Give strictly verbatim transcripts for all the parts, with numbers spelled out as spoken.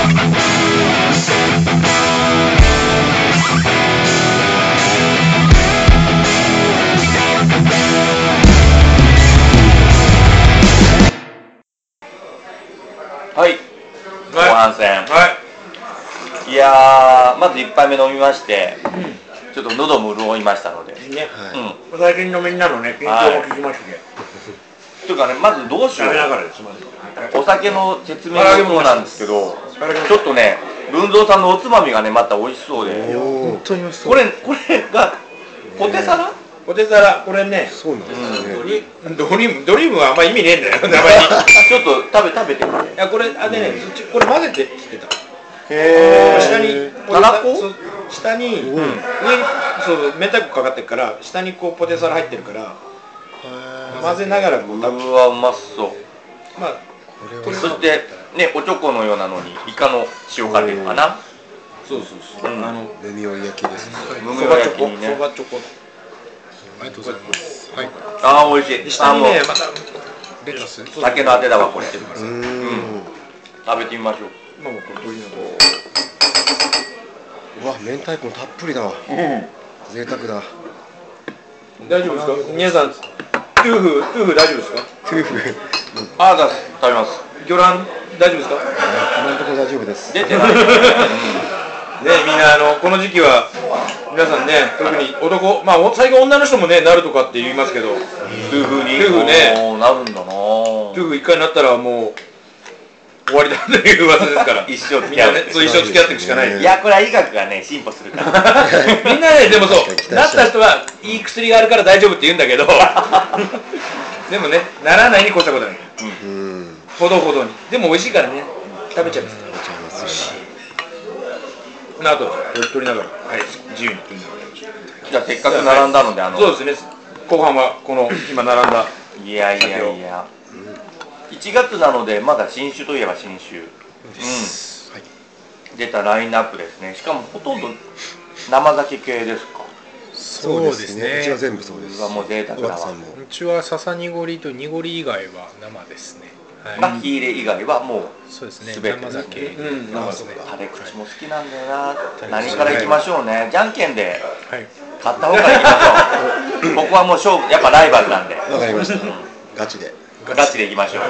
はい、後半戦、はい、いやー、まずいっぱいめ飲みまして、うん、ちょっと喉も潤いましたので、ね、 はい、うん、最近のみんなのね、緊張も聞きまして、はい、 というかね、まずどうしよう、お酒の説明もそうなんですけど、ちょっとね、文蔵さんのおつまみがね、また美味しそうで、 本当に美味しそう。 これ、これがポテサラ？ ポテサラ、これね、 そうなんですね。 ドリーム、ドリームはあんま意味ねえんだよ、名前に。 ちょっと食べ食べてみて。 いや、これあれね、これ混ぜてきてた。 へえ。 下にたらこ？ 下に上にそう明太子かかってるから、下にこうポテサラ入ってるから混ぜながらこう。 うわ、うまそう。 まあ、 そしてね、おちょこのようなのにイカの塩かけるかな。 そうそうそう。あのムミオ焼きですね。 ムミオ焼きにね。 そばチョコ。 ありがとうございます。はい。 ああ、美味しい。 下にね、またレタス。 酒のあてだわ、これ。うん。食べてみましょう。 まあ、これ鶏の。 うわ、明太子たっぷりだわ。うん。贅沢だ。 大丈夫ですか？皆さん、トゥーフ、トゥーフ大丈夫ですか？ トゥーフ。 ああ、だ、食べます。 魚卵大丈夫ですか？ 今のところ大丈夫です。 出てない。 ね、みんなあのこの時期は皆さんね、特に男、まあ最近女の人もねなるとかって言いますけど、 トゥーフに、 トゥーフね、 なるんだな。 トゥーフ一回なったらもう終わりだという噂ですから、 一生付き合う。 ね、そう一生付き合っていくしかない。 いや、これは医学がね進歩するから。 みんなね、でもそうなった人はいい薬があるから大丈夫って言うんだけど、でもね、ならないに越したことない。うん。ほどほどに。でも美味しいからね、食べちゃいます。 食べちゃいます。 あと取りながら、はい、自由に取りながら。 じゃあせっかく並んだので、あのそうですね。後半はこの今並んだ。 いやいやいや。いちがつなのでまだ新酒といえば新酒。うん。出たラインナップですね。しかもほとんど生酒系ですか。 そうですね。うちは全部そうです。 もう贅沢だわ。 うちは笹濁りと濁り以外は生ですね。 まあ火入れ以外はもうそうですね。 すべて生酒。 うん、生酒。タレ口も好きなんだよな。何からいきましょうね。じゃんけんで買った方からいきましょう。ここはもう勝負、やっぱライバルなんで。 わかりました。ガチで。 ガチでいきましょう。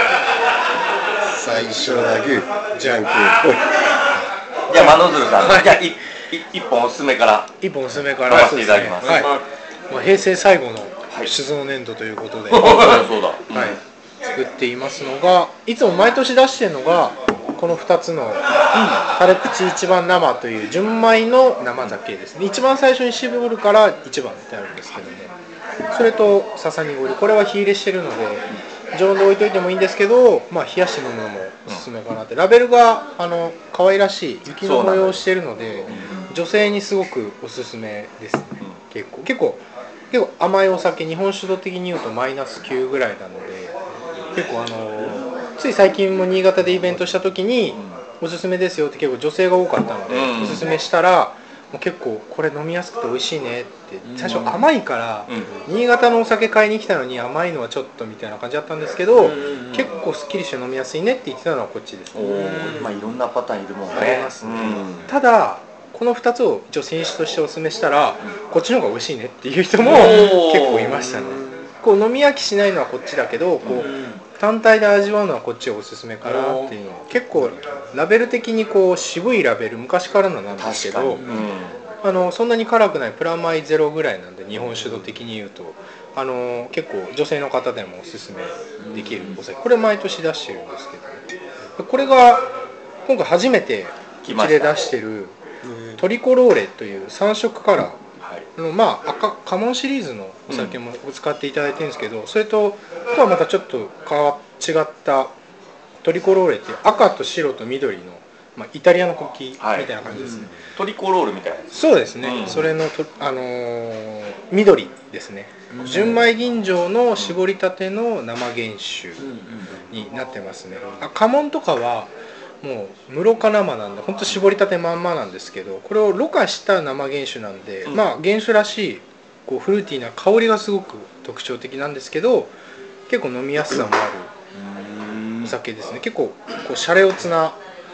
最初はグー、じゃんけん。 じゃあマノズルさん、じゃあい一本おすすめから。 一本おすすめから。 させていただきます。 はい。まあ平成最後の酒造年度ということで。 そうだそうだ。 はい。作っていますのが、いつも毎年出してるのがこのふたつのタレ口一番生という純米の生酒ですね。一番最初に絞るから一番ってあるんですけども、それと笹濁り、これは火入れしてるので常温で置いといてもいいんですけど、まあ、冷やして飲むのもおすすめかなって。ラベルがあの可愛らしい雪の模様をしてるので女性にすごくおすすめですね。結構結構結構甘いお酒、日本酒度的に言うとマイナスきゅうぐらいなので、結構あのつい最近も新潟でイベントした時におすすめですよって結構女性が多かったのでおすすめしたら、もう結構これ飲みやすくて美味しいねって。最初甘いから新潟のお酒買いに来たのに甘いのはちょっとみたいな感じだったんですけど、結構すっきりして飲みやすいねって言ってたのはこっちです。 まあいろんなパターンいるもんね。 ありますね。ただこのふたつを一応新酒としておすすめしたら、こっちの方が美味しいねっていう人も結構いましたね。こう飲み飽きしないのはこっちだけど、こう単体で味わうのはこっちがおすすめかなっていうのは。結構ラベル的にこう渋いラベル、昔からのなんですけど、あのそんなに辛くないプラマイゼロぐらいなんで、日本酒度的に言うとあの結構女性の方でもおすすめできるお酒。これ毎年出してるんですけど、これが今回初めてうちで出してるトリコローレというさん色カラーの、まあ赤カモンシリーズのお酒も使っていただいてるんですけど、それととはまたちょっと変わ違ったトリコローレっていう赤と白と緑の、まあ、イタリアの国旗みたいな感じですね。 トリコロールみたいな。 そうですね。それのとあのー、緑ですね。純米吟醸の搾りたての生原酒になってますね。あ、家紋とかはもう室賀生なんで本当搾りたてまんまなんですけど、これをろ過した生原酒なんで、うん、まあ原酒らしいこうフルーティーな香りがすごく特徴的なんですけど、結構飲みやすさもあるお酒ですね。結構こうシャレオツな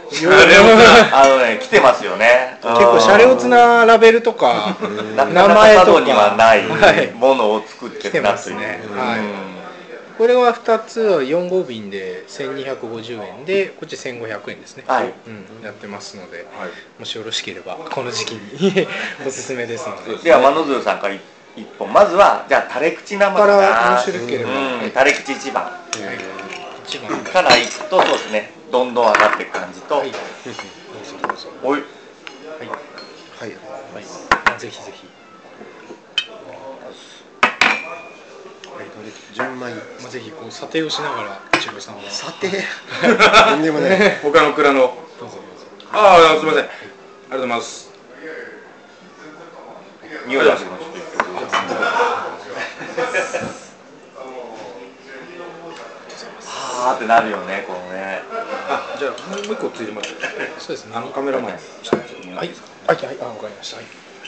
あのね来てますよね。 結構シャレオツなラベルとか名前とかにはないものを作ってるなという。 これはふたつはよん号瓶でせんにひゃくごじゅうえんで、こっちせんごひゃくえんですね。はい、うん、やってますので、はい、もしよろしければこの時期におすすめですので。 ではマノズルさんからいっぽん、まずはじゃあタレ口生かな。 からよろしければ、 うん、タレ口いちばん、はい、いちばんからいくとそうですね、どんどん上がっていく感じと、はい、どうぞどうぞ。おい、はいはいはい、ぜひぜひ。 純米、 まあ、ぜひこう査定をしながら一郎さんは査定とんでもない他の蔵のどうぞどうぞ。ああ、すみません、ありがとうございます。 匂い出してきましたはーってなるよね、このね。 あ、じゃあもう一個ついてます。 そうですね、 あのカメラ前はいはいはい、あ、わかりました。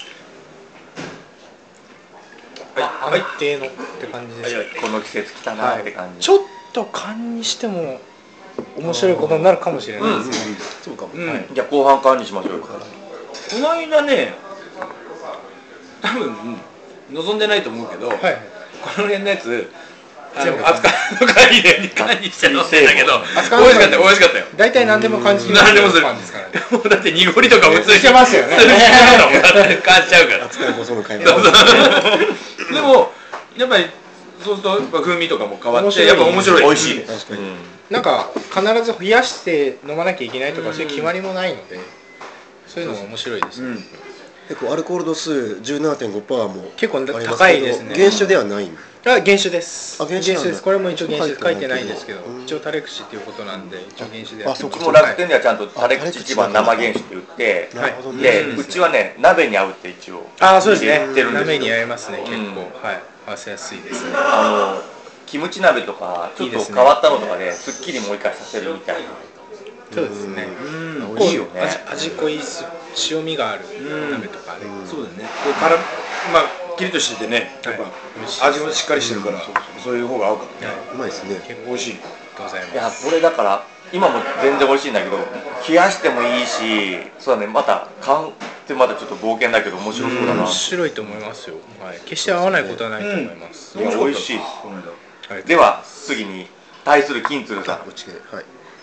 はい、安定のって感じです。 この季節来たなって感じ。 ちょっと缶にしても面白いことになるかもしれないですね。 そうかも。 じゃあ後半缶にしましょう。この間ね、多分望んでないと思うけど、この辺のやつ扱いの缶にね、缶にして飲んでたけど、美味しかったよ、美味しかったよ。 大体何でも感じる。 何でもする。もうだって濁りとかもついてますよね。 感じちゃうから。 扱いこその買いでもやっぱりそうするとやっぱ風味とかも変わってやっぱ面白い。 美味しい。 確かに。 なんか必ず冷やして飲まなきゃいけないとかそういう決まりもないので、そういうのも面白いですね。 結構アルコール度数 じゅうななてんごパーセント も結構高いですね。 原酒ではないんあ、原酒です。 あ、原酒です。 これも一応原酒書いてないんですけど、一応タレ口っていうことなんで一応原酒で。 あ、そこも楽天ではちゃんとタレ口一番生原酒って言って、でうちはね鍋に合うって一応。 あ、そうですね。鍋に合いますね。結構はい合わせやすいですね。 あのキムチ鍋とかちょっと変わったのとかですっきりもう一回させるみたいな。 そうですね。 美味しいよね。 味濃い塩味がある鍋とかね。 そうだね。これからまあキリッとしててね、やっぱ味もしっかりしてるからそういう方が合うからね。 うまいですね。 美味しい。 いやこれだから今も全然美味しいんだけど冷やしてもいいし、そうだね、また缶ってまだちょっと冒険だけど面白そうだな。 面白いと思いますよ。はい。決して合わないことはないと思います。 いや美味しい。では次に対する金鶴さん。 はい。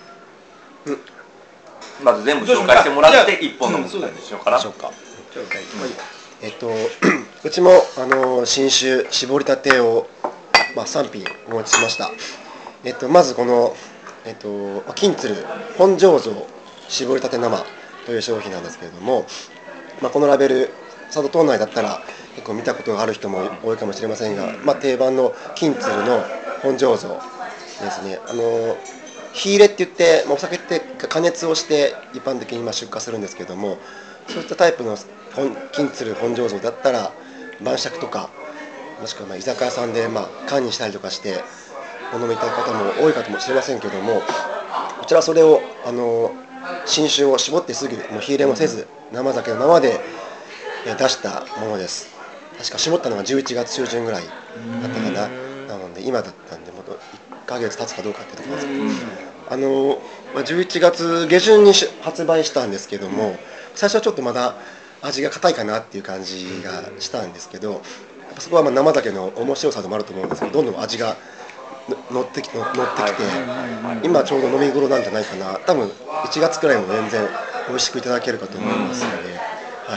まず全部紹介してもらって一本の問題にしようかな。 えっとうちもあの新酒搾りたてをまあさん品お持ちしました。えっとまずこのえっと金鶴本醸造搾りたて生という商品なんですけれども、まあこのラベル佐渡島内だったら結構見たことがある人も多いかもしれませんが、まあ定番の金鶴の本醸造ですね。あの火入れって言って、お酒って加熱をして一般的に今出荷するんですけども、そういったタイプの金鶴本醸造だったら晩酌とかもしくはまあ居酒屋さんでまあ缶にしたりとかしてお飲みいただく方も多いかもしれませんけども、こちらはそれをあの新酒を絞ってすぐもう火入れもせず生酒のままで出したものです。確か絞ったのがじゅういちがつ中旬ぐらいだったかな。なので今だったんでもっといっかげつ経つかどうかってところですけど、あのじゅういちがつ下旬に発売したんですけども、最初はちょっとまだ味が硬いかなっていう感じがしたんですけど、やっぱそこはまあ生酒の面白さでもあると思うんですけど、どんどん味が乗ってきて乗ってきて今ちょうど飲み頃なんじゃないかな。多分いちがつくらいも全然美味しくいただけるかと思いますので、はい、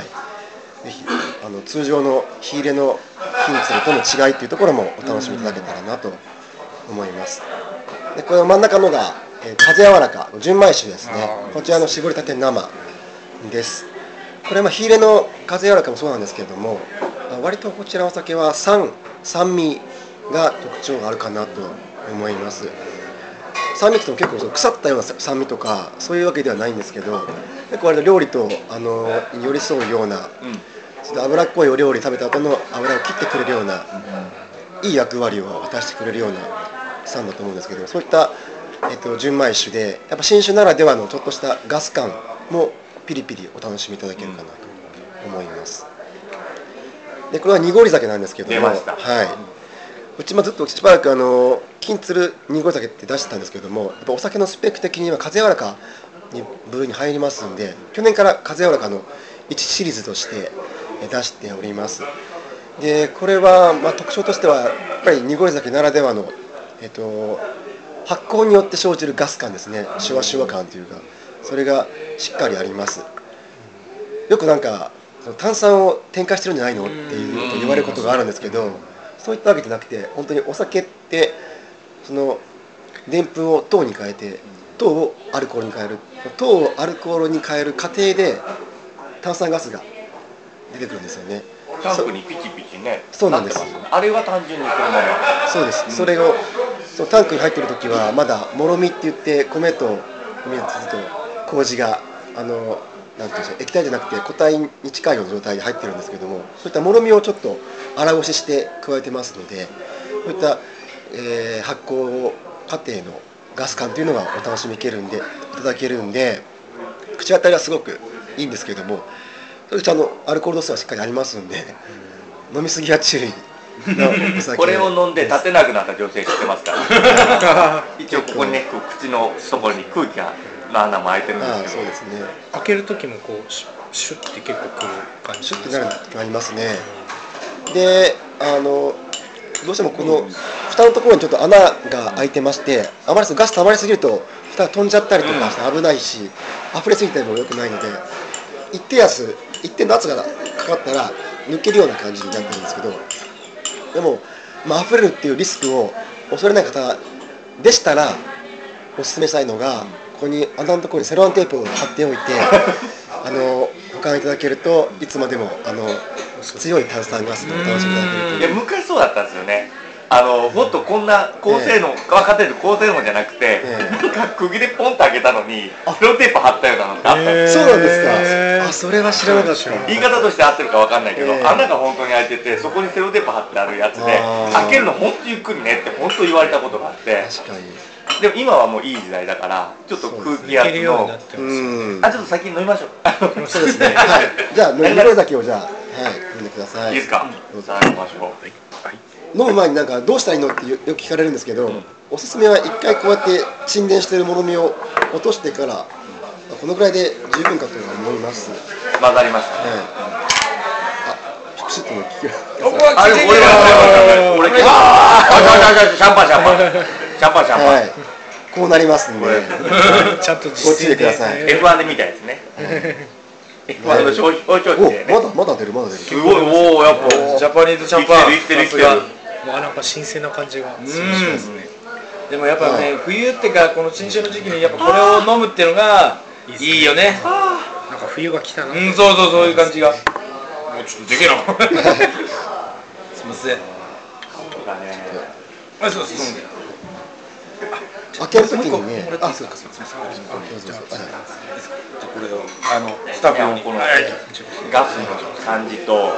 ぜひあの通常の火入れの金鶴との違いっていうところもお楽しみいただけたらなと思います。でこの真ん中のが、えー、風柔らか純米酒ですね。こちらの搾りたて生です。これはまあ火入れの風柔らかもそうなんですけれども、割とこちらお酒は酸酸味が特徴があるかなと思います。酸味って言っても結構腐ったような酸味とかそういうわけではないんですけど、結構割と料理とあの寄り添うような、うん、ちょっと脂っこいお料理食べた後の油を切ってくれるような、うん、いい役割を果たしてくれるような酸だと思うんですけど、そういった、えっと、純米酒でやっぱ新酒ならではのちょっとしたガス感もピリピリお楽しみいただけるかなと思います。でこれは濁り酒なんですけども、はい、うちもずっとしばらくあの金鶴濁り酒って出してたんですけども、やっぱお酒のスペック的には風柔らかに部類に入りますんで、去年から風柔らかのいちシリーズとして出しております。でこれはまあ特徴としてはやっぱり濁り酒ならではの、えっと、発酵によって生じるガス感ですね、シュワシュワ感というか、それがしっかりあります。よくなんかその炭酸を添加してるんじゃないのっていうこと言われることがあるんですけど、そういったわけじゃなくて、本当にお酒ってそのでんぷんを糖に変えて、糖をアルコールに変える、糖をアルコールに変える過程で炭酸ガスが出てくるんですよね。 タンクにピチピチね、 そうなんです。 あれは単純にそのまま。 そうです。それをそのタンクに入っている時はまだもろみって言って米と米と麹があのなんていうんでしょう、液体じゃなくて固体に近いような状態で入ってるんですけども、そういったもろみをちょっと粗ごしして加えてますので、そういった、えー、発酵過程のガス感というのがお楽しみいけるんでいただけるんで、口当たりはすごくいいんですけども、そしてあのアルコール度数はしっかりありますんで、飲みすぎは注意のお酒。 これを飲んで立てなくなった女性知ってますから一応ここにね、口のところに空気がの穴も開いてるんですけど、 ああそうですね、 開ける時もこうシュッシュッて結構くる感じシュッてなる時もありますね。であのどうしてもこの蓋のところにちょっと穴が開いてまして、あまりガス溜まりすぎると蓋が飛んじゃったりとかして危ないし、溢れすぎたりも良くないので、一定圧一定の圧がかかったら抜けるような感じになってるんですけど、でも、まあ、溢れるっていうリスクを恐れない方でしたらおすすめしたいのが、ここに穴のところにセロハンテープを貼っておいてあの保管いただけるといつまでもあの強い炭酸ガスでお楽しみいただけるという。 いや昔そうだったんですよね。あのもっとこんな高性能、分かってる高性能じゃなくて、えー、なんか釘でポンと開けたのにセロテープ貼ったようなのってあったんです。 そうなんですか。あ、それは知らなかった。 言い方として合ってるか分かんないけど、えー、穴が本当に開いてて、そこにセロテープ貼ってあるやつで開けるの本当ゆっくりねって本当言われたことがあって。 確かに。 でも今はもういい時代だからちょっと空気圧の、うん、あちょっと先に飲みましょう。 そうですね。はい。じゃあ飲み声だけをじゃあはい飲んでください。 いいですか。 どうぞ飲みましょう。はい。 飲む前になんかどうしたらいいのってよく聞かれるんですけど、うん、おすすめは一回こうやって沈殿しているもろみを落としてから、このぐらいで十分かと思います。 混ざりましたね。はい、 あ、ピクシッとも聞きあれ俺は俺俺ああシャンパンシャンパンシャンパンシャンパン、はい、 こうなりますんでちゃんとご注意ください。 エフワン で見たやつね。エフワン の消費消費でね。 まだまだ出るまだ出る。 すごい。おお、やっぱジャパニーズシャンパン生きてる生きてる生きてる。 なんか新鮮な感じがしますね。 でもやっぱね、冬ってかこの新酒の時期にやっぱこれを飲むっていうのがいいよね。 なんか冬が来たな。 うん、そうそうそういう感じが。もうちょっとでけえな。すみません。あ、そうそう。 開けるときにね。 あ、そうかそうか。じゃあこれをあのスタッフのこのガスの感じと。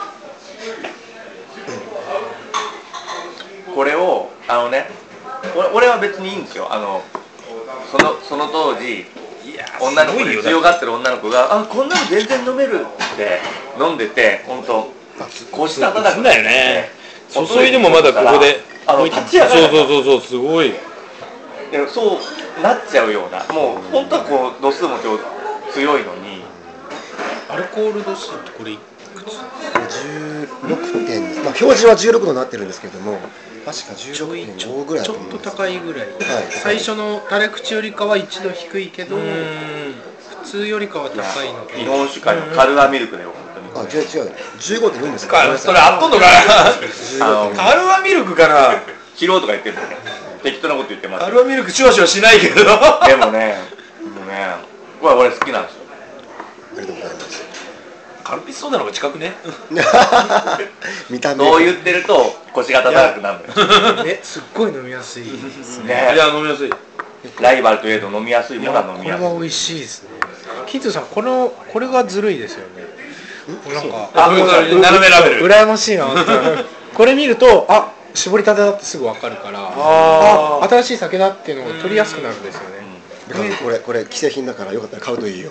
これをあのね、俺, 俺は別にいいんですよ。あのそのその当時女の子で強がってる女の子があこんなの全然飲めるって飲んでて、本当腰立たなくなるよね。注いでもまだここであの立ち上がる。 そうそうそうそうすごい。 でそうなっちゃうような、もう本当はこう度数も強いのに。 アルコール度数ってこれいくつ？ じゅうろくてん、まあ表示はじゅうろくどになってるんですけども。確かじゅうろくてんごぐらいちょっと高いぐらい、はい、最初の垂れ口よりかはいちど低いけど普通よりかは高いので、 日本酒界のカルアミルクだよ本当に。あ、違う違う じゅうごてんよん ですか。 それあっとんのかな。カルアミルクかな。 素人が言ってるんだね。適当なこと言ってます。 カルアミルクシュワシュワしないけどでもね、でもねこれ俺好きなんですよ。 ありがとうございます。 カルピスソーダの方が近くね。 見た目そう言ってると腰が立たなくなるのよ。ね、すっごい飲みやすいですね。 いや飲みやすい。 ライバルといえど飲みやすいものは飲みやすい。 これは美味しいですね。キントさんこのこれがずるいですよね。なんかあ斜めラベル。 羨ましいな。これ見るとあ絞りたてだってすぐ分かるから、あ新しい酒だっていうのを取りやすくなるんですよね。 これこれ既製品だからよかったら買うといいよ。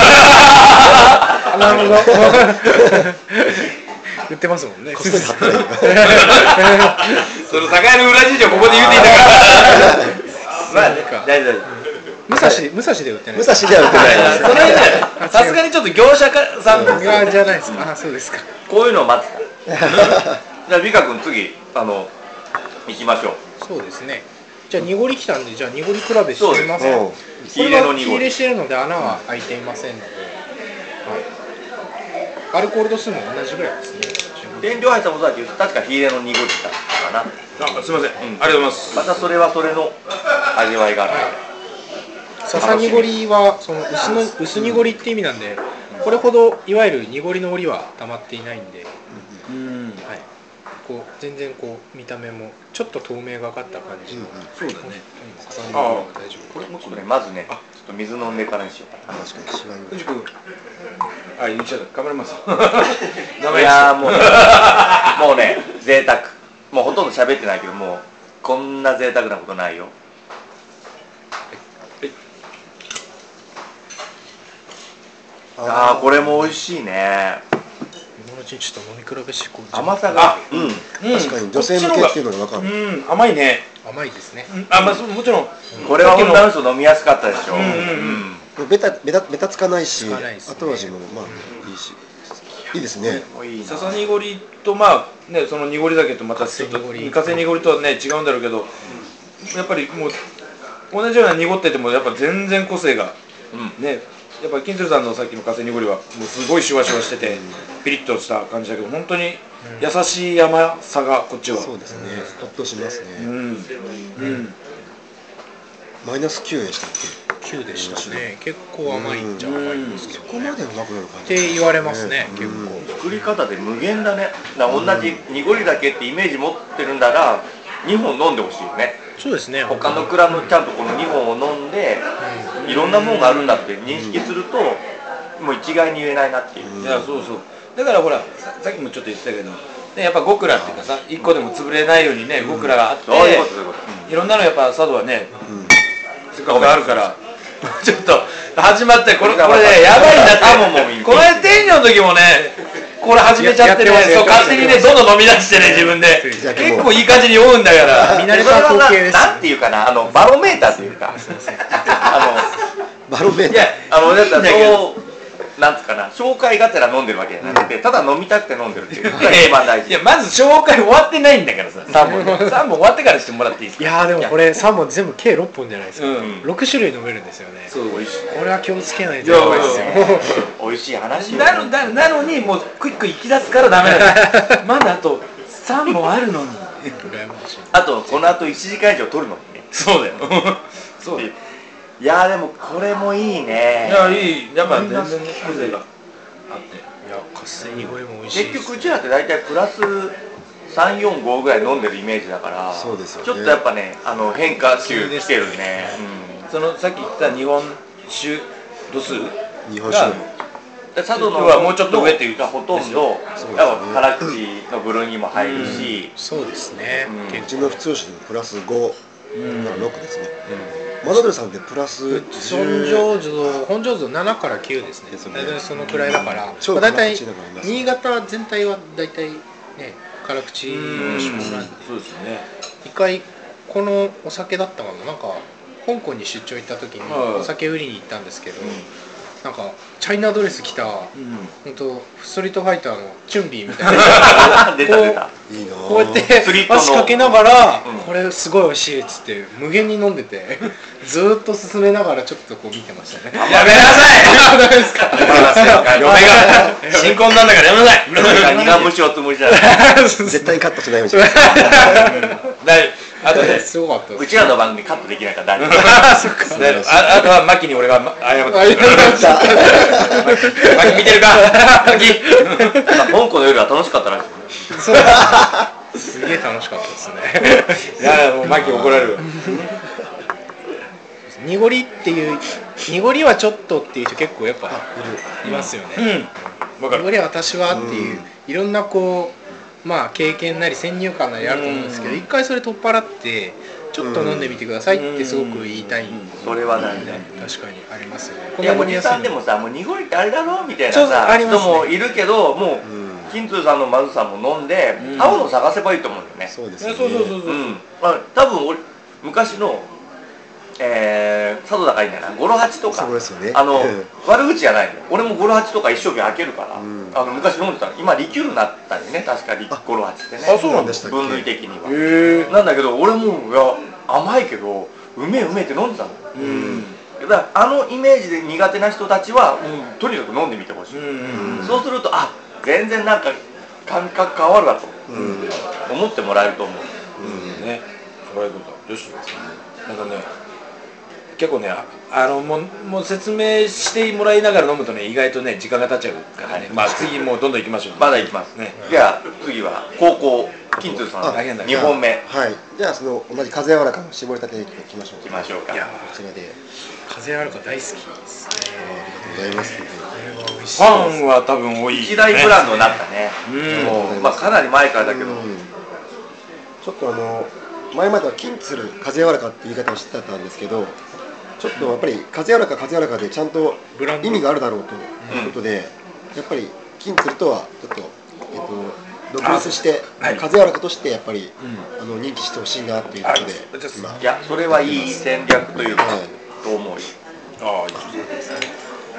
なるほど。言ってますもんね。 こっそり貼ったらいいよ。 その酒屋の裏事情ここで言っていいんだから。 まあね、大丈夫。 む蔵武蔵で売ってない武蔵では売ってないです。 その辺じゃないさすがにちょっと業者さんがじゃないですか。あ、そうですか。 こういうのを待ってた。じゃあ美香君次あの行きましょう。 そうですね。じゃあ濁り来たんで、じゃあ濁り比べしてみません。こ火入れはれの濁り。 火入れしてるので穴は開いていませんので、はい、アルコール度数も同じぐらいですね。 原料入ったもそうだけど確か火入れの濁りしたかな。 あ、すみません、 うんありがとうございます。 またそれはそれの味わいがある。 笹濁りはその薄の薄濁りって意味なんで、これほどいわゆる濁りの折りは溜まっていないんで、 うん、 はい、こう全然こう見た目もちょっと透明がかった感じの、 そうだね。 笹濁りは大丈夫。 これもちょっとねまずねちょっと水飲んでからにしようかな。 確かに違う。 藤君、あ、言っちゃった、頑張ります。 いやーもうねもうね贅沢もうほとんど喋ってないけどもうこんな贅沢なことないよ。ああこれも美味しいね。 今のうちにちょっと飲み比べしてこう。 甘さがうんうん、 確かに女性向けっていうのが分かる。 うん、甘いね。 甘いですね。 あ、まあ、もちろん。 これは女の人飲みやすかったでしょ。 うんうんベタベタベタつかないし、 つかないですね後味もまあいいし、いいですね。 もういいな。 笹濁りとまあねその濁り酒とまたちょっと加瀬濁り加瀬濁りとはね違うんだろうけど、やっぱりもう同じような濁っててもやっぱ全然個性がうんね。やっぱり金鶴さんのさっきの加瀬濁りはもうすごいシュワシュワしててピリッとした感じだけど本当に優しい甘さがこっちは。 そうですね。ほっとしますね。 うんうん。 マイナスきゅうでしたっけ？ きゅうでしたね。結構甘いんじゃ甘いんですけど、 そこまでうまくなる感じ。 って言われますね。結うん構。 作り方で無限だね。だから同じ濁りだけってイメージ持ってるんだらにほん飲んでほしいよね。 そうですね。 他の蔵のちゃんとこのにほんを飲んでいろんなものがあるんだって認識するともう一概に言えないなっていう。 いやそうそうだからほら さ, さっきもちょっと言ってたけど、ね、やっぱご蔵っていうかさいっこでも潰れないようにねご蔵があって、 そういうことそういうこと。 いろんなのやっぱ佐渡はねうんせっかくあるからちょっと始まってこれこれねやばいんだってあもうもういいこの間店長の時もねこれ始めちゃってねややってますそう勝手にねどんどん飲み出してね自分でやってます結構いい感じに酔うんだから見慣れそれはなた光景です。 なんていうかなあのバロメーターというかあバロメーター。 いやのあのだったらそうなんつうかな紹介がてら飲んでるわけじゃなくてただ飲みたくて飲んでるっていうのが一番大事。 いやまず紹介終わってないんだからささんぼんさんぼん終わってからしてもらっていいですか。 いやーでもこれさんぼん全部計ろっぽんじゃないですか。 うんろく種類飲めるんですよね。 そう美味しいこれは気をつけないといややばいですよ。 美味しい話よ。 なのななのにもうクイック行き出すからダメなんだまだあとさんぼんあるのに羨ましい。 あとこの後いちじかん以上取るのにね。 そうだよそうだよいやーでもこれもいいね。 いやいいやっぱ全然個性があっていや活性濁りも美味しい結です。 局うちらって大体プラスさん、よん、ごぐらい飲んでるイメージだからそうですよねちょっとやっぱねあの変化球来てるね。 そのさっき言った日本酒度数日本酒がので佐渡の要はもうちょっと上っていうがほとんどそうですねやっぱ辛口の部類にも入るし、 そうですね。 うんう結ちの普通酒でプラスごうんからろくですね。マダルさんってプラス構本醸造本醸造ななからきゅうですね。 ですよね大体そのくらいだから、 超まあ大体辛口だからいます新潟全体は大体ね辛口の酒なんで、 そうですよね一回このお酒だったかななんか香港に出張行った時にはいお酒売りに行ったんですけど、なんかチャイナドレス着たうん本当ストリートファイターのチュンビーみたいな出た出た。 いいなぁ。 こうやってスリットの足かけながら、 うんこれすごい美味しいっつって無限に飲んでてずーっと勧めながらちょっとこう見てましたね。 やめなさいダメですか。 嫁が新婚なんだからやめなさい苦虫おつもりじゃない。 絶対にカットしないようにします。 大丈夫あとねすごかったです。 うちらの番組カットできないから大丈夫。 大丈夫ああとはマキに俺がま謝ってありがとうございました。 マキ見てるかマキ香港の夜は楽しかったらしい。 そうですすげえ楽しかったですね。 いやもうマキ怒られる濁りっていう濁りはちょっとっていう人結構やっぱいますよね。 うんわかる濁りは私はっていう、いろんなこうまあ経験なり先入観なりあると思うんですけど、一回それ取っ払ってちょっと飲んでみてくださいってすごく言いたいんで、 それは大事だよ。 確かにありますよね。 いやおじこんな飲みやすいさんでもさもう濁りってあれだろみたいなそうそうさありますね人もいるけどもううん金通さんのまずさんも飲んでうん合うの探せばいいと思うんだよね。 そうですね。 いやそうそうそうそううん。まあ多分俺昔のえー、佐渡高いんだな、ゴロハチとか、 そうですよね、 あの、 うん、 悪口じゃないのよ。俺もゴロハチとか一生懸命開けるから、 うん、 あの昔飲んでたの。今リキュールになったりね、確かリゴロハチってね。 あ、そうなんでしたっけ。 分類的には。 へえ。 なんだけど俺もいや甘いけどうめえうめえって飲んでたの。 うん。 だからあのイメージで苦手な人たちは、うん、とにかく飲んでみてほしい。 うん。 そうするとあ全然なんか感覚変わるわと、うん、思ってもらえると思う。 うんね。そういうこと。よし。なんかね。結構ね、あのもう、もう説明してもらいながら飲むとね、意外とね、時間が経っちゃうからね、はい、まあ次もうどんどん行きましょう。 まだ行きますね。じゃあ次は高校金通さんにほんめ。 はい。じゃあその同じ風柔らかの絞りたていきましょう。 行きましょうか。 いやこちらで風柔らか大好きですね。 ありがとうございます。 ファンは多分多い。 一大ブランドになったね。 うん。 もうまあかなり前からだけど、 ちょっとあの前までは金鶴風柔らかって言い方をしてたんですけど。ちょっとやっぱり風柔らか風柔らかでちゃんと意味があるだろうということで、やっぱり金鶴とはちょっと、えっと、独立して風柔らかとしてやっぱり、あの認知してほしいなっていうことで、 いやそれはいい戦略というか、と思うよ。 ああいいですね。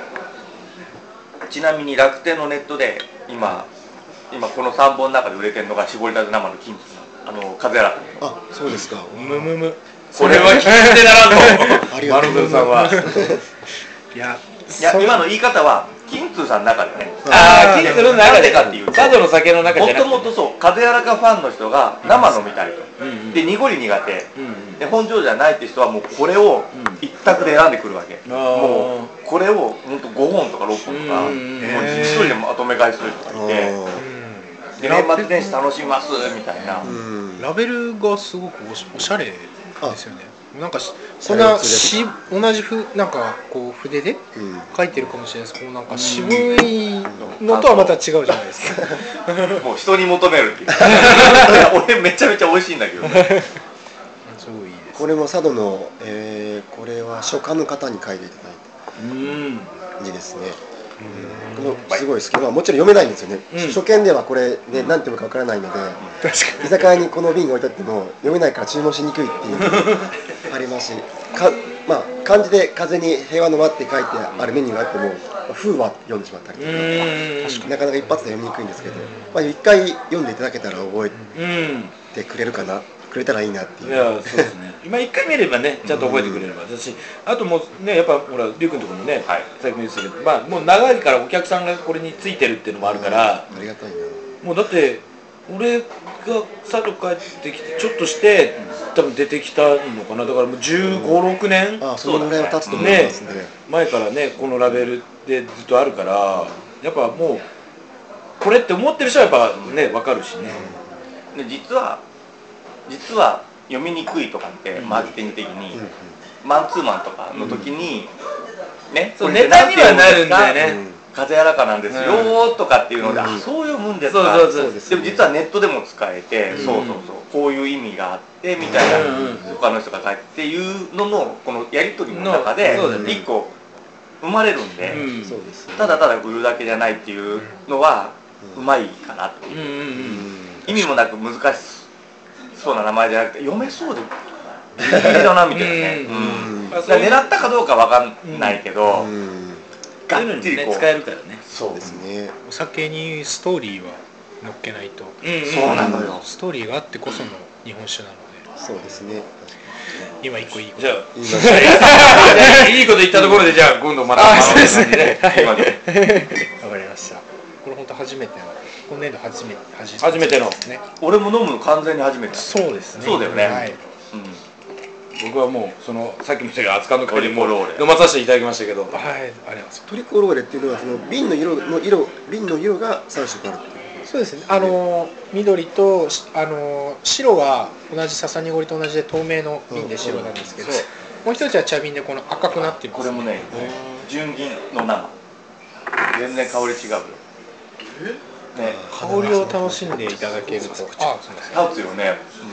ちなみに楽天のネットで今今このさんぼんの中で売れてるのが絞りたて生の金鶴、あの風柔らか。 あ、そうですか。 むむむ。 これは聞いてならんと。 ありがとうございます。 さんは。 いや、 いや今の言い方は金通さんの中でね。 ああ、金通の中でかっていうと、 佐渡の酒の中じゃなくて。 もともとそう風柔らかファンの人が生飲みたいと。で濁り苦手。で本醸じゃないって人はもうこれを一択で選んでくるわけ。もうこれを本当ごほんとかろっぽんとか、もう一人でまとめ買いする人がいて、で年末年始楽しみますみたいな。 ラベルがすごくおし、おしゃれですよね。なんかこんなし同じふなんかこう筆で書いてるかもしれないですけど、なんか渋いのとはまた違うじゃないですか。 もう人に求めるっていう。俺めちゃめちゃ美味しいんだけど。すごいいいです。 これも佐渡の、えー、これは書家の方に書いていただいた字ですね。このすごい好き、まあ、もちろん読めないんですよね、うん、初見ではこれで何て読むかわからないので、居酒屋にこの瓶が置いてあっても読めないから注文しにくいっていうのがありますし、か、まあ、漢字で風に平和の和って書いてあるメニューがあっても風は読んでしまったりとか、なかなか一発で読みにくいんですけど、まあ、一回読んでいただけたら覚えてくれるかな、くれたらいいなっていう。 いやそうですね。今一回見ればね、ちゃんと覚えてくれればだし、あともうねやっぱほらリュウ君のところもね、はい、さっきも言ってたけど、まあもう長いからお客さんがこれについてるっていうのもあるから、 ありがたいな。 もうだって俺が佐渡帰ってきてちょっとして多分出てきたのかな、だからもうじゅうご、ろくねん、 ああそのぐらいは経つと思いますね。 前からねこのラベルでずっとあるから、やっぱもうこれって思ってる人はやっぱね分かるしね。 で実は実は読みにくいとかってマーケティング的に、マンツーマンとかの時に、ね、 そうネタにはなるんだよね。 風柔らかなんですよとかっていうので、あ、そう読むんですか。でも実はネットでも使えて、そうそうそう、こういう意味があってみたいな、他の人が書いてっていうののこのやり取りの中で一個生まれるんで、ただただ売るだけじゃないっていうのはうまいかなっていう。意味もなく難しそうな名前じゃなくて読めそうでギリギリだなみたいなね。狙ったかどうかわかんないけど、 がっちりこう使えるからね。 そうですね。 お酒にストーリーは乗っけないと、 そうなのよ。 ストーリーがあってこその日本酒なので。 そうですね。 今一個いいこと。 じゃあいいこと言ったところでじゃあ今度また。 あ、そうですね。わかりました。これ本当初めての。今年度初めて初めてのね。俺も飲むの完全に初めて。 そうですね。 そうだよね。はい。 僕はもうそのさっきも言ったけど熱燗の香りも飲まさせていただきましたけど。はい。 ありがとうございます。 トリコローレっていうのはその瓶の色の色瓶の色が三色ある。 そうですね。あの緑とあの白は同じ笹濁りと同じで透明の瓶で白なんですけど、もう一つは茶瓶でこの赤くなってる。 これもね、純銀の生。全然香り違うよ。 ね、香りを楽しんでいただけると、 あ、立つよね。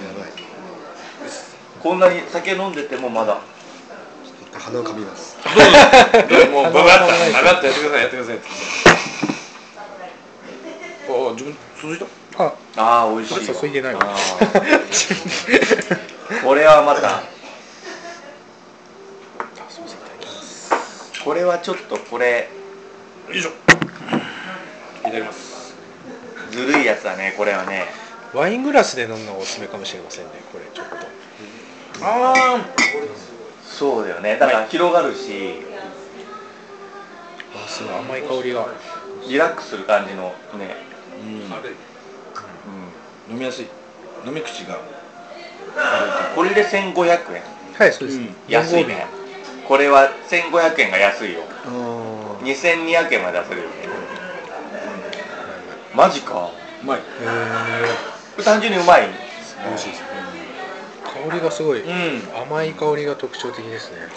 こんなに酒飲んでてもまだ鼻をかみます。 もうババッとババッとやってくださいやってください。あ、自分注いだ？ あ、 あー美味しい。 注いでないわ。 これはまたこれはちょっとこれよいしょ。いただきます。 ずるいやつだね、これはね。 ワイングラスで飲むのがおすすめかもしれませんね、これちょっと。 ああ、 そうだよね、だから広がるし、 あ、すごい甘い香りが。 リラックスする感じのね、 うん、 うん、 飲みやすい。飲み口が。 これでせんごひゃくえん。 はい、そうです、 うん、 安いね。これはせんごひゃくえんが安いよ。 あにせんにひゃくえんまで出せるよね。マジか。 うまい。 これ単純にうまい。 美味しいです。 香りがすごい、 うん。 甘い香りが特徴的ですね。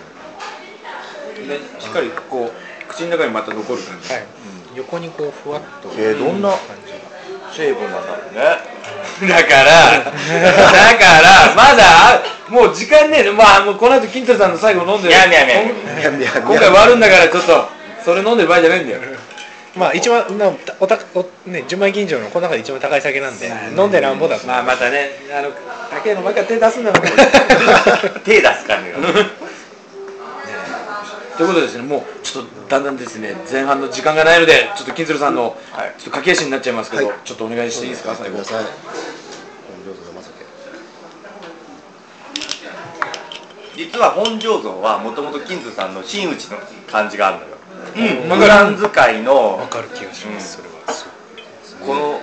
で、しっかりこう口の中にまた残る感じ。 はい、横にこうふわっとえー、どんな感じが。 成分なんだろうね。 だからだからまだもう時間ねえの。まあもうこの後金鶴さんの最後飲んでる。 いやいやいやいやーいやいや今回割るんだからちょっとそれ飲んでる場合じゃないんだよ。 まあ一番なおたおね純米吟醸のこの中で一番高い酒なんで、飲んでなんぼだと。 まあまたね、あの高いのばっか手出すんだから手出す感じが。 ということでですね、もうちょっとだんだんですね前半の時間がないので、ちょっと金鶴さんのはいちょっと駆け足になっちゃいますけど、 はいちょっとお願いしていいですか、最後くだ。さい。どうぞ生酒。 実は本醸造はもともと金津さんの真打ちの感じがあるのよ。 うん、 普段使いのわかる気がします、それは。そうこの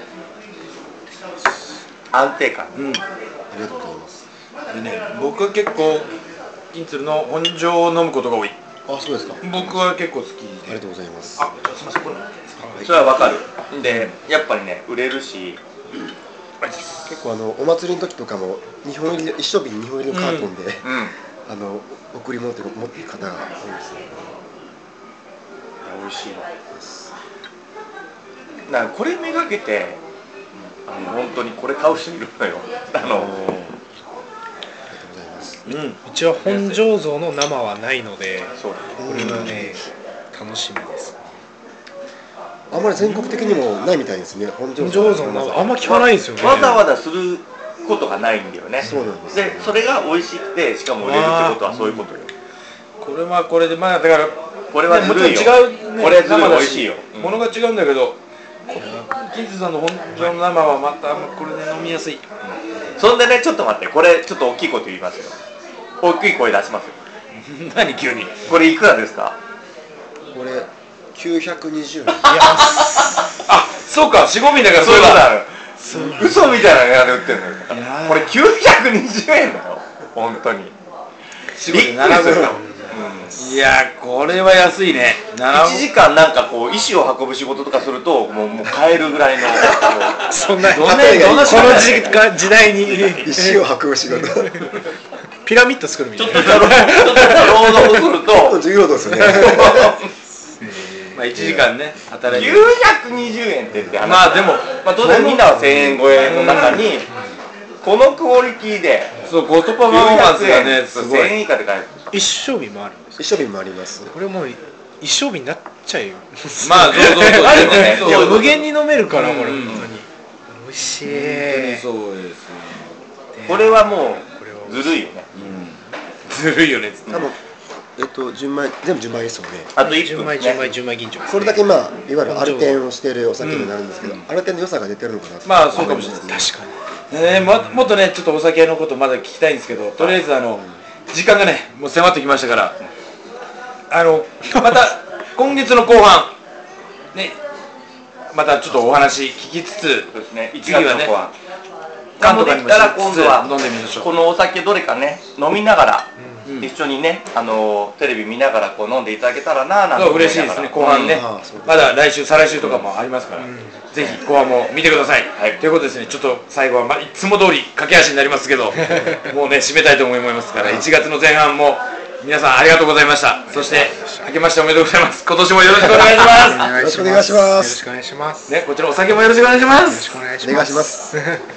安定感。 うん。 ありがとうございます。 でね、僕は結構金鶴の本醸を飲むことが多い。 あ、そうですか。 僕は結構好きで。 ありがとうございます。 あ、すみません、これ。 それはわかる。で、やっぱりね、売れるし、 結構あのお祭りの時とかもにほん入りで一升瓶にほん入りのカートンで、 うん。 あの贈り物っていうのを持っている方が多いですね。 美味しいわ。だからこれめがけて、あの本当にこれ買う人いるのよ。あの、 ありがとうございます。 うん。 うちは本醸造の生はないので、 そうだね。 これがね、楽しみです。 あんまり全国的にもないみたいですね。本本醸造のあんま聞かないですよね。 わざわざすることがないんだよね。 そうなんですよ。 で、それが美味しくて、しかも売れるってことはそういうことよ。 これはこれで、まあだからこれはずるいよ。 もちろん違うね、 これはずるい、 生だし美味しいよ。うんものが違うんだけど、金鶴さんの本醸の生はまたこれで飲みやすい。 そんでね、ちょっと待って、これちょっと大きいこと言いますよ。大きい声出しますよ。 何急に。 これいくらですか？ これきゅうひゃくにじゅうえん。 あ、そうか、四五瓶だからそういうことだ。 なのよ。嘘みたいな値段で売ってるのよ。 いやーこれきゅうひゃくにじゅうえんだよ。本当に。 四びっくりするよ。 いやー、これは安いね。 いちじかんなんかこう石を運ぶ仕事とかするともうもう買えるぐらいの。 そんなどんな例えがいいどんなこの時間時代に石を運ぶ仕事。 ピラミッド作るみちょたいな。 っとした労ちょっとした労働すると重労働ですよね。 まあいちじかんね、働い 9 て。 にじゅうえんってって話。 まあでも、 まあ当然みんなはせんえん超えの中にこのクオリティでそうコストパフォーマンスがね、すごせんえんい。 以下で買える。 一升瓶もあるんですよ。 一升瓶もあります。 これもう一升瓶になっちゃうよ。 まあそうそうそう。 あるよねそういや無限に飲めるから、 うんこれ本当に美味しい。 そうですこれはもこれはうずるいよね。 ずるいよね。 多分えっと純米全部純米ですよね。 あといっぷん純米純米純米吟醸ですね。 それだけまあいわゆるアルテンをしているお酒になるんですけど、アルテンの良さが出てるのかなと。 まあそうかもしれない。 確かに。 えー、ももっとねちょっとお酒のことまだ聞きたいんですけど、とりあえずあの時間がねもう迫ってきましたから、あのまた今月の後半ねまたちょっとお話聞きつつ、 そうですね。いち次はねがつの子は缶とかにもできたら今度は飲んでみましょう。 このお酒どれかね飲みながら、 うん一緒にねあのテレビ見ながらこう飲んでいただけたらななんてそう思いながら嬉しいですね後半ね、 ああそうですまだ来週再来週とかもありますから、ぜひ後半も見てください、 はいということですねちょっと最後は、ま、いつも通り駆け足になりますけどもうね締めたいと思いますからいちがつの前半も皆さんありがとうございました。そして明けましておめでとうございます。今年もよろしくお願いしますよろしくお願いします。 よろしくお願いします。 ね、こちらお酒もよろしくお願いします。 よろしくお願いします。 お願いします。